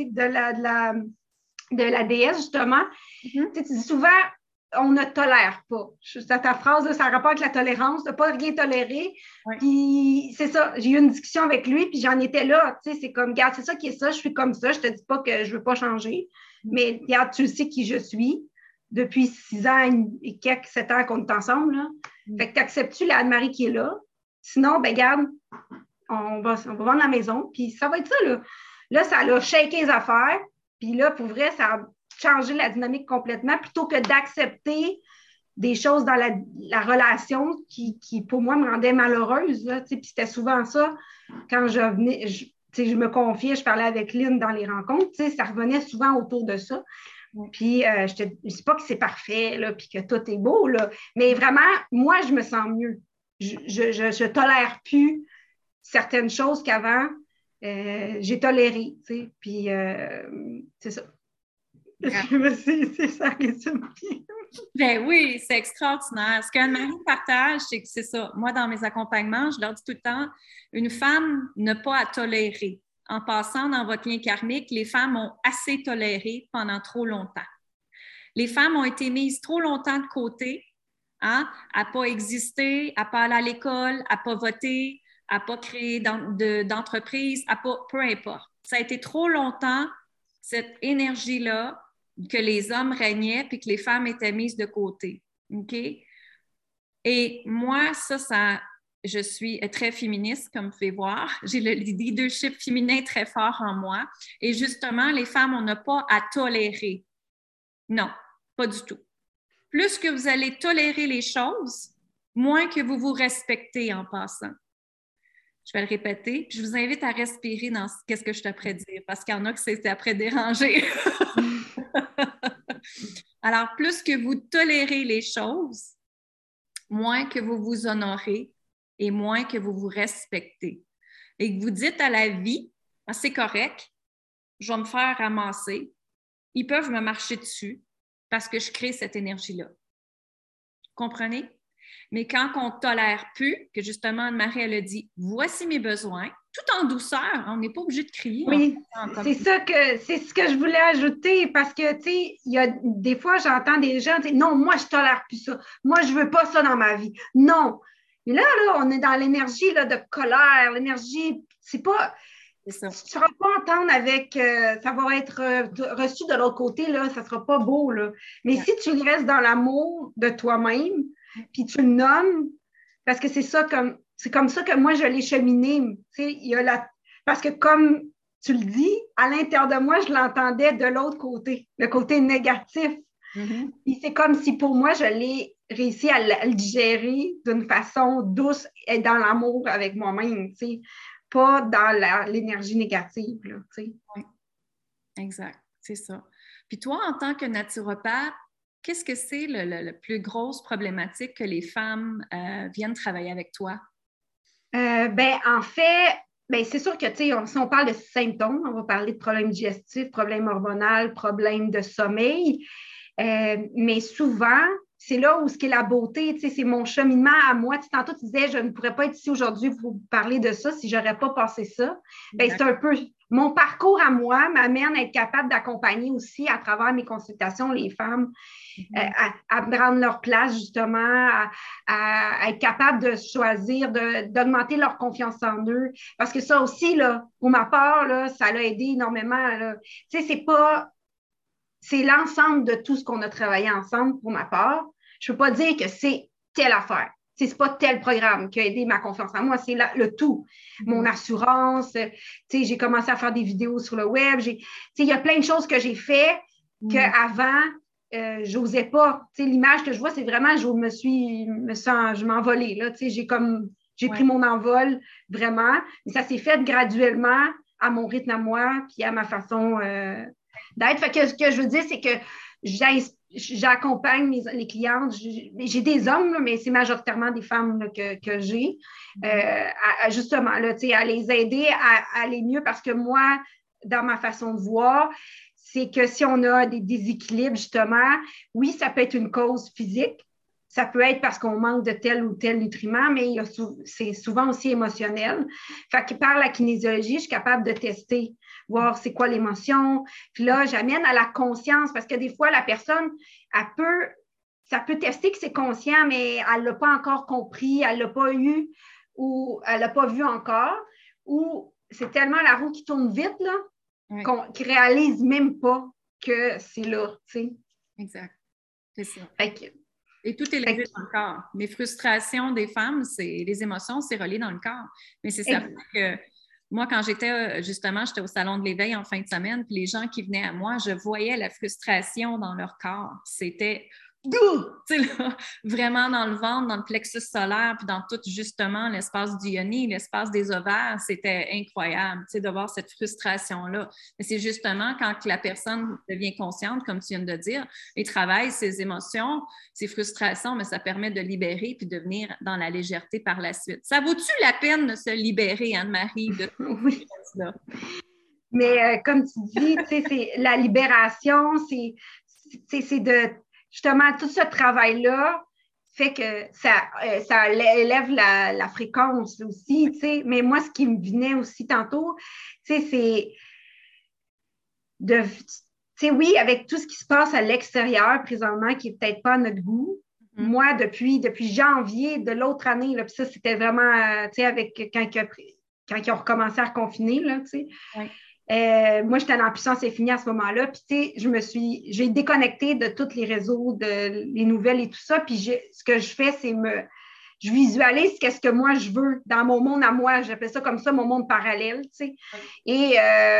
de la DS, justement, tu dis souvent, on ne tolère pas. Ta phrase, là, ça a rapport avec la tolérance, de ne pas rien tolérer. Oui. Puis c'est ça, j'ai eu une discussion avec lui, puis j'en étais là. Tu sais, c'est comme, regarde, c'est ça qui est ça, je suis comme ça, je ne te dis pas que je ne veux pas changer, mais regarde, tu sais qui je suis depuis 6 ans et quelques, 7 ans qu'on est ensemble. Là. Fait que t'acceptes-tu la Anne-Marie qui est là? Sinon, ben regarde, on va vendre la maison, puis ça va être ça. Là, ça a shaké les affaires, puis là, pour vrai, ça a changer la dynamique complètement plutôt que d'accepter des choses dans la relation qui, pour moi, me rendaient malheureuse. Là, puis c'était souvent ça. Quand je venais, je me confiais, je parlais avec Lynn dans les rencontres, ça revenait souvent autour de ça. Puis, je ne dis pas que c'est parfait, là, puis que tout est beau, là, mais vraiment, moi, je me sens mieux. Je tolère plus certaines choses qu'avant, j'ai toléré. Puis, c'est ça. C'est ça résume bien. Ben oui, c'est extraordinaire. Ce qu'Anne-Marie partage, c'est que c'est ça. Moi, dans mes accompagnements, je leur dis tout le temps, une femme n'a pas à tolérer. En passant dans votre lien karmique, les femmes ont assez toléré pendant trop longtemps. Les femmes ont été mises trop longtemps de côté, hein, à ne pas exister, à ne pas aller à l'école, à ne pas voter, à ne pas créer d'entreprise, peu importe. Ça a été trop longtemps, cette énergie-là, que les hommes régnaient puis que les femmes étaient mises de côté. OK? Et moi, je suis très féministe, comme vous pouvez voir. J'ai le leadership féminin très fort en moi. Et justement, les femmes, on n'a pas à tolérer. Non, pas du tout. Plus que vous allez tolérer les choses, moins que vous vous respectez en passant. Je vais le répéter. Je vous invite à respirer dans qu'est-ce que je t'apprends dire, parce qu'il y en a que c'est après déranger. Alors, plus que vous tolérez les choses, moins que vous vous honorez et moins que vous vous respectez. Et que vous dites à la vie, ah, c'est correct, je vais me faire ramasser, ils peuvent me marcher dessus parce que je crée cette énergie-là. Comprenez? Mais quand on ne tolère plus, que justement Anne-Marie, elle a dit, voici mes besoins, tout en douceur, on n'est pas obligé de crier. Oui, c'est ce que je voulais ajouter parce que, tu sais, il y a des fois, j'entends des gens dire, non, moi, je ne tolère plus ça. Moi, je ne veux pas ça dans ma vie. Non. Mais là, on est dans l'énergie de colère, l'énergie, c'est pas... Ça. Tu ne seras pas entendre avec, ça va être reçu de l'autre côté, là, ça ne sera pas beau. Là. Mais si tu restes dans l'amour de toi-même, puis tu le nommes, parce que c'est comme ça que moi, je l'ai cheminé. Parce que comme tu le dis, à l'intérieur de moi, je l'entendais de l'autre côté, le côté négatif. Puis c'est comme si pour moi, je l'ai réussi à le digérer d'une façon douce et dans l'amour avec moi-même, tu sais. Pas dans l'énergie négative. Là, oui, exact, c'est ça. Puis toi, en tant que naturopathe, qu'est-ce que c'est la plus grosse problématique que les femmes viennent travailler avec toi? En fait, c'est sûr que, si on parle de symptômes, on va parler de problèmes digestifs, problèmes hormonaux, problèmes de sommeil, mais souvent, c'est là où ce qui est la beauté, c'est mon cheminement à moi. Tantôt, tu disais, je ne pourrais pas être ici aujourd'hui pour vous parler de ça si je n'aurais pas passé ça. C'est un peu mon parcours à moi m'amène à être capable d'accompagner aussi à travers mes consultations les femmes à prendre leur place, justement, à être capable de choisir, d'augmenter leur confiance en eux. Parce que ça aussi, là, pour ma part, là, ça l'a aidé énormément. Tu sais, c'est l'ensemble de tout ce qu'on a travaillé ensemble pour ma part. Je ne peux pas dire que c'est telle affaire. c'est pas tel programme qui a aidé ma confiance en moi, c'est le tout. Mon assurance, j'ai commencé à faire des vidéos sur le web. Il y a plein de choses que j'ai fait qu'avant, j'osais pas. L'image que je vois, c'est vraiment, je m'envolais. J'ai pris mon envol, vraiment. Mais ça s'est fait graduellement à mon rythme à moi, puis à ma façon d'être. Fait que ce que je veux dire, c'est que j'accompagne les clientes. J'ai des hommes, là, mais c'est majoritairement des femmes là, que j'ai. Justement, là, à les aider à aller mieux parce que moi, dans ma façon de voir, c'est que si on a des déséquilibres, justement, oui, ça peut être une cause physique. Ça peut être parce qu'on manque de tel ou tel nutriment, mais c'est souvent aussi émotionnel. Fait que par la kinésiologie, je suis capable de tester, voir c'est quoi l'émotion. Puis là, j'amène à la conscience parce que des fois, la personne, ça peut tester que c'est conscient, mais elle ne l'a pas encore compris, elle ne l'a pas eu ou elle ne l'a pas vu encore. Ou c'est tellement la roue qui tourne vite, là, qu'on ne réalise même pas que c'est là, tu sais. Exact. C'est ça. Fait que, et tout est relié dans le corps. Les frustrations des femmes, les émotions, c'est relié dans le corps. Mais c'est certain que moi, quand j'étais au Salon de l'éveil en fin de semaine, puis les gens qui venaient à moi, je voyais la frustration dans leur corps. C'était là, vraiment dans le ventre, dans le plexus solaire, puis dans tout justement l'espace du yoni, l'espace des ovaires. C'était incroyable de voir cette frustration-là. Mais c'est justement quand la personne devient consciente, comme tu viens de dire, et travaille ses émotions, ses frustrations, mais ça permet de libérer puis de venir dans la légèreté par la suite. Ça vaut-tu la peine de se libérer, Anne-Marie, de oui. Choses-là? Mais comme tu dis, c'est la libération, c'est de justement, tout ce travail-là fait que ça élève la fréquence aussi, tu sais. Mais moi, ce qui me venait aussi tantôt, tu sais, c'est de, tu sais, oui, avec tout ce qui se passe à l'extérieur présentement, qui n'est peut-être pas à notre goût. Moi, depuis janvier de l'autre année, là, puis ça, c'était vraiment, tu sais, avec quand ils ont recommencé à reconfiner, là, tu sais. Ouais. Moi, j'étais dans la puissance infinie à ce moment-là. Puis, tu sais, j'ai déconnecté de tous les réseaux, les nouvelles et tout ça. Puis, ce que je fais, c'est je visualise qu'est-ce que moi, je veux dans mon monde à moi. J'appelle ça comme ça, mon monde parallèle, tu sais. Et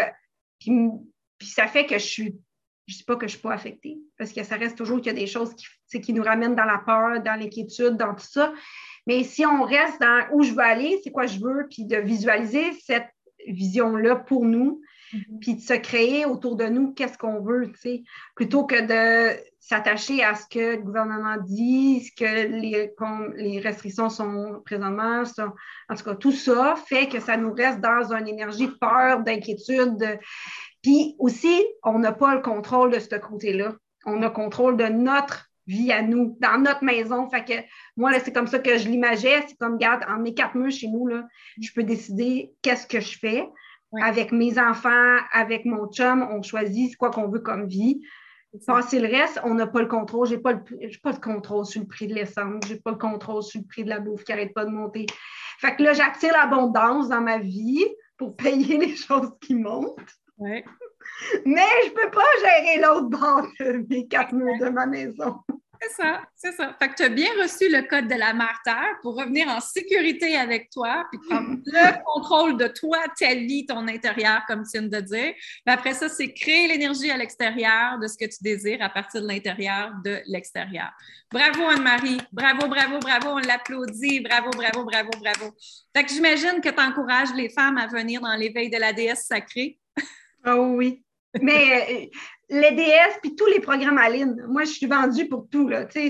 puis, ça fait que je dis pas que je suis pas affectée, parce que ça reste toujours qu'il y a des choses qui nous ramènent dans la peur, dans l'inquiétude, dans tout ça. Mais si on reste dans où je veux aller, c'est quoi je veux, puis de visualiser cette vision-là pour nous, puis de se créer autour de nous qu'est-ce qu'on veut, tu sais, plutôt que de s'attacher à ce que le gouvernement dit, ce que les restrictions sont présentement. En tout cas, tout ça fait que ça nous reste dans une énergie de peur, d'inquiétude. Puis aussi, on n'a pas le contrôle de ce côté-là. On a le contrôle de notre vie à nous, dans notre maison. Fait que moi, là, c'est comme ça que je l'imaginais. C'est comme, regarde, en mes 4 murs chez nous, là, je peux décider qu'est-ce que je fais. Ouais. Avec mes enfants, avec mon chum, on choisit quoi qu'on veut comme vie. Passer le reste, on n'a pas le contrôle. Je n'ai pas le contrôle sur le prix de l'essence. Je n'ai pas le contrôle sur le prix de la bouffe qui n'arrête pas de monter. Fait que là, j'attire l'abondance dans ma vie pour payer les choses qui montent. Ouais. Mais je ne peux pas gérer l'autre bord de mes 4 murs de ma maison. C'est ça. Fait que tu as bien reçu le code de la Mère Terre pour revenir en sécurité avec toi, puis prendre le contrôle de toi, ta vie, ton intérieur, comme tu viens de dire. Mais après ça, c'est créer l'énergie à l'extérieur de ce que tu désires à partir de l'intérieur, de l'extérieur. Bravo, Anne-Marie. Bravo, bravo, bravo. On l'applaudit. Bravo, bravo, bravo, bravo. Fait que j'imagine que tu encourages les femmes à venir dans l'éveil de la déesse sacrée. Oh oui. Mais les DS puis tous les programmes Aline, moi, je suis vendue pour tout, là. Tu sais,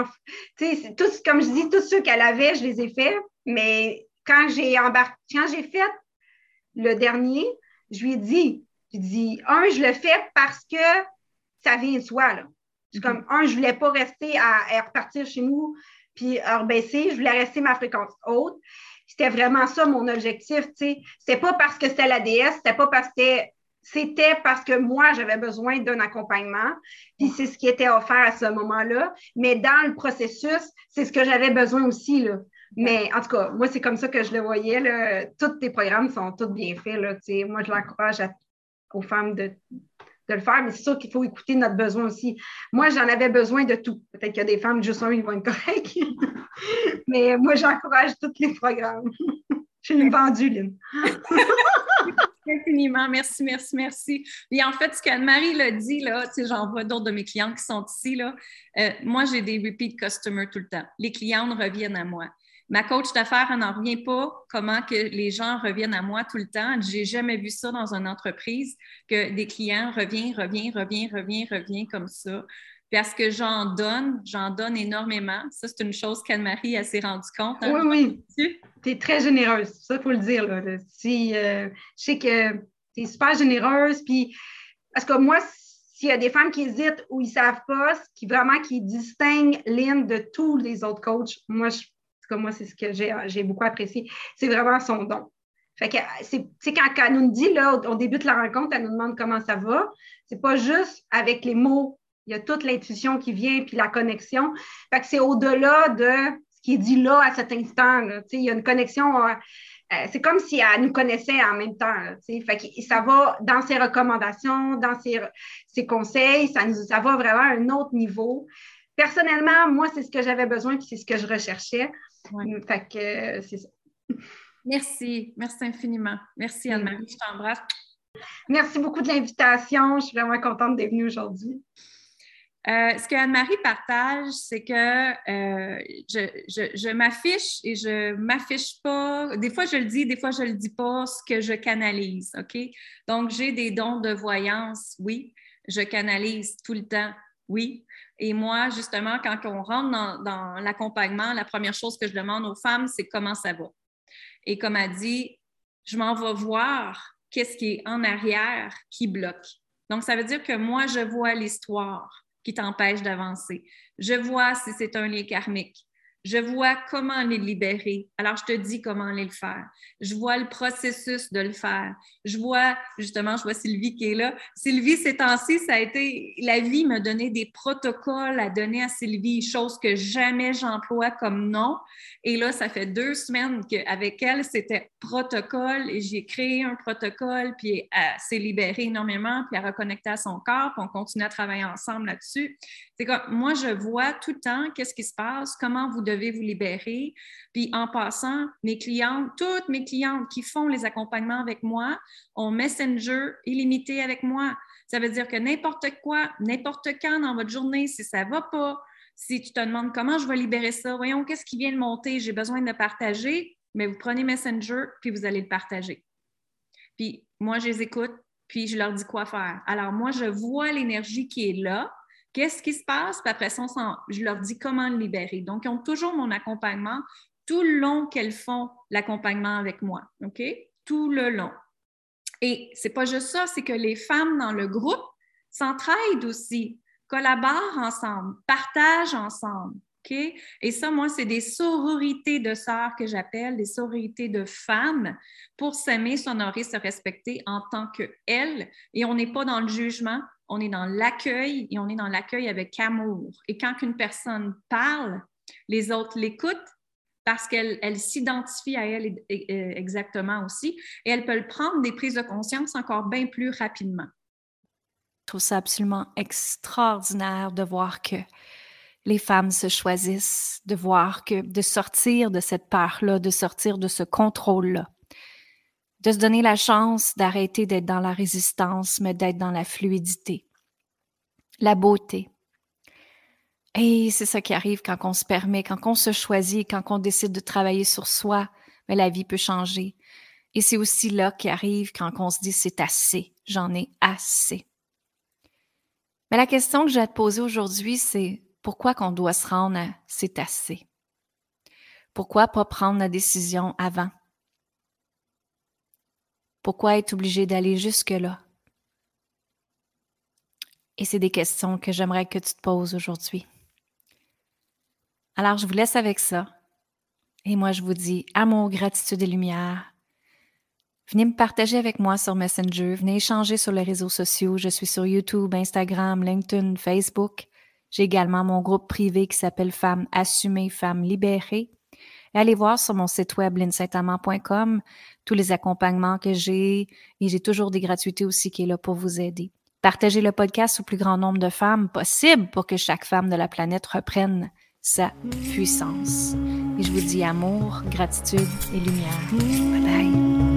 c'est tous, comme je dis, tous ceux qu'elle avait, je les ai faits. Mais quand j'ai fait le dernier, je lui ai dit, je le fais parce que ça vient de soi, là. C'est comme, je voulais pas rester à repartir chez nous puis à rebaisser, je voulais rester ma fréquence haute. C'était vraiment ça, mon objectif, tu sais. C'était pas parce que c'était la DS, c'était parce que moi, j'avais besoin d'un accompagnement, puis c'est ce qui était offert à ce moment-là. Mais dans le processus, c'est ce que j'avais besoin aussi, là. Mais en tout cas, moi, c'est comme ça que je le voyais, là. Tous tes programmes sont tous bien faits, là. Tu sais, moi, je l'encourage aux femmes de de le faire, mais c'est sûr qu'il faut écouter notre besoin aussi. Moi, j'en avais besoin de tout. Peut-être qu'il y a des femmes, juste un, ils vont être corrects. Mais moi, j'encourage tous les programmes. Je suis une vendue, Lynn. Infiniment, merci, merci, merci. Et en fait, ce qu'Anne-Marie l'a dit, là, tu sais, j'en vois d'autres de mes clients qui sont ici, là. Moi, j'ai des repeat customers tout le temps. Les clients reviennent à moi. Ma coach d'affaires, elle n'en revient pas comment que les gens reviennent à moi tout le temps. J'ai jamais vu ça dans une entreprise, que des clients reviennent comme ça. Parce que j'en donne énormément. Ça, c'est une chose qu'Anne-Marie, elle s'est rendue compte. Hein? Oui. Tu es très généreuse. Ça, il faut le dire. Là. Je sais que tu es super généreuse. Puis, parce que moi, s'il y a des femmes qui hésitent ou ils ne savent pas, qui distinguent Lynn de tous les autres coachs, moi, c'est ce que j'ai beaucoup apprécié. C'est vraiment son don. Fait que c'est quand elle nous dit, là, on débute la rencontre, elle nous demande comment ça va. C'est pas juste avec les mots. Il y a toute l'intuition qui vient, puis la connexion. Fait que c'est au-delà de ce qui est dit là à cet instant. Là. Il y a une connexion. C'est comme si elle nous connaissait en même temps. Là, fait que ça va dans ses recommandations, dans ses conseils, ça va vraiment à un autre niveau. Personnellement, moi, c'est ce que j'avais besoin, puis c'est ce que je recherchais. Ouais. Fait que c'est ça. Merci infiniment. Merci Anne-Marie, je t'embrasse. Merci beaucoup de l'invitation. Je suis vraiment contente d'être venue aujourd'hui. Ce que Anne-Marie partage, c'est que je m'affiche et je m'affiche pas. Des fois, je le dis, des fois, je le dis pas, ce que je canalise, OK? Donc, j'ai des dons de voyance, oui. Je canalise tout le temps, oui. Et moi, justement, quand on rentre dans l'accompagnement, la première chose que je demande aux femmes, c'est comment ça va. Et comme elle dit, je m'en vais voir qu'est-ce qui est en arrière qui bloque. Donc, ça veut dire que moi, je vois l'histoire qui t'empêche d'avancer. Je vois si c'est un lien karmique. Je vois comment les libérer. Alors, je te dis comment aller le faire. Je vois le processus de le faire. Je vois Sylvie qui est là. Sylvie, ces temps-ci, ça a été... La vie m'a donné des protocoles à donner à Sylvie, chose que jamais j'emploie comme nom. Et là, ça fait 2 semaines qu'avec elle, c'était protocole et j'ai créé un protocole, puis elle s'est libérée énormément, puis elle a reconnecté à son corps, puis on continue à travailler ensemble là-dessus. C'est comme, moi, je vois tout le temps qu'est-ce qui se passe, comment vous devez vous libérer. Puis en passant, toutes mes clientes qui font les accompagnements avec moi ont Messenger illimité avec moi. Ça veut dire que n'importe quoi, n'importe quand dans votre journée, si ça ne va pas, si tu te demandes comment je vais libérer ça, voyons, qu'est-ce qui vient de monter, j'ai besoin de le partager, mais vous prenez Messenger, puis vous allez le partager. Puis moi, je les écoute, puis je leur dis quoi faire. Alors moi, je vois l'énergie qui est là, qu'est-ce qui se passe, puis après ça, je leur dis comment le libérer. Donc, ils ont toujours mon accompagnement tout le long qu'elles font l'accompagnement avec moi, OK? Tout le long. Et c'est pas juste ça, c'est que les femmes dans le groupe s'entraident aussi, collaborent ensemble, partagent ensemble. Okay? Et ça, moi, c'est des sororités de sœurs que j'appelle, des sororités de femmes pour s'aimer, s'honorer, se respecter en tant qu'elles. Et on n'est pas dans le jugement, on est dans l'accueil et on est dans l'accueil avec amour. Et quand une personne parle, les autres l'écoutent parce qu'elle s'identifie à elle exactement aussi et elle peut prendre des prises de conscience encore bien plus rapidement. Je trouve ça absolument extraordinaire de voir que les femmes se choisissent, de voir que de sortir de cette peur-là, de sortir de ce contrôle-là, de se donner la chance d'arrêter d'être dans la résistance, mais d'être dans la fluidité, la beauté. Et c'est ça qui arrive quand on se permet, quand on se choisit, quand on décide de travailler sur soi, mais la vie peut changer. Et c'est aussi là qui arrive quand on se dit « c'est assez, j'en ai assez ». Mais la question que j'ai à te poser aujourd'hui, c'est pourquoi qu'on doit se rendre à « c'est assez ». Pourquoi pas prendre la décision avant? Pourquoi être obligé d'aller jusque-là? Et c'est des questions que j'aimerais que tu te poses aujourd'hui. Alors, je vous laisse avec ça. Et moi, je vous dis amour, gratitude et lumière. Venez me partager avec moi sur Messenger. Venez échanger sur les réseaux sociaux. Je suis sur YouTube, Instagram, LinkedIn, Facebook. J'ai également mon groupe privé qui s'appelle Femmes assumées, Femmes libérées. Et allez voir sur mon site web linsaintamant.com tous les accompagnements que j'ai. Et j'ai toujours des gratuités aussi qui est là pour vous aider. Partagez le podcast au plus grand nombre de femmes possible pour que chaque femme de la planète reprenne sa puissance. Et je vous dis amour, gratitude et lumière. Bye bye.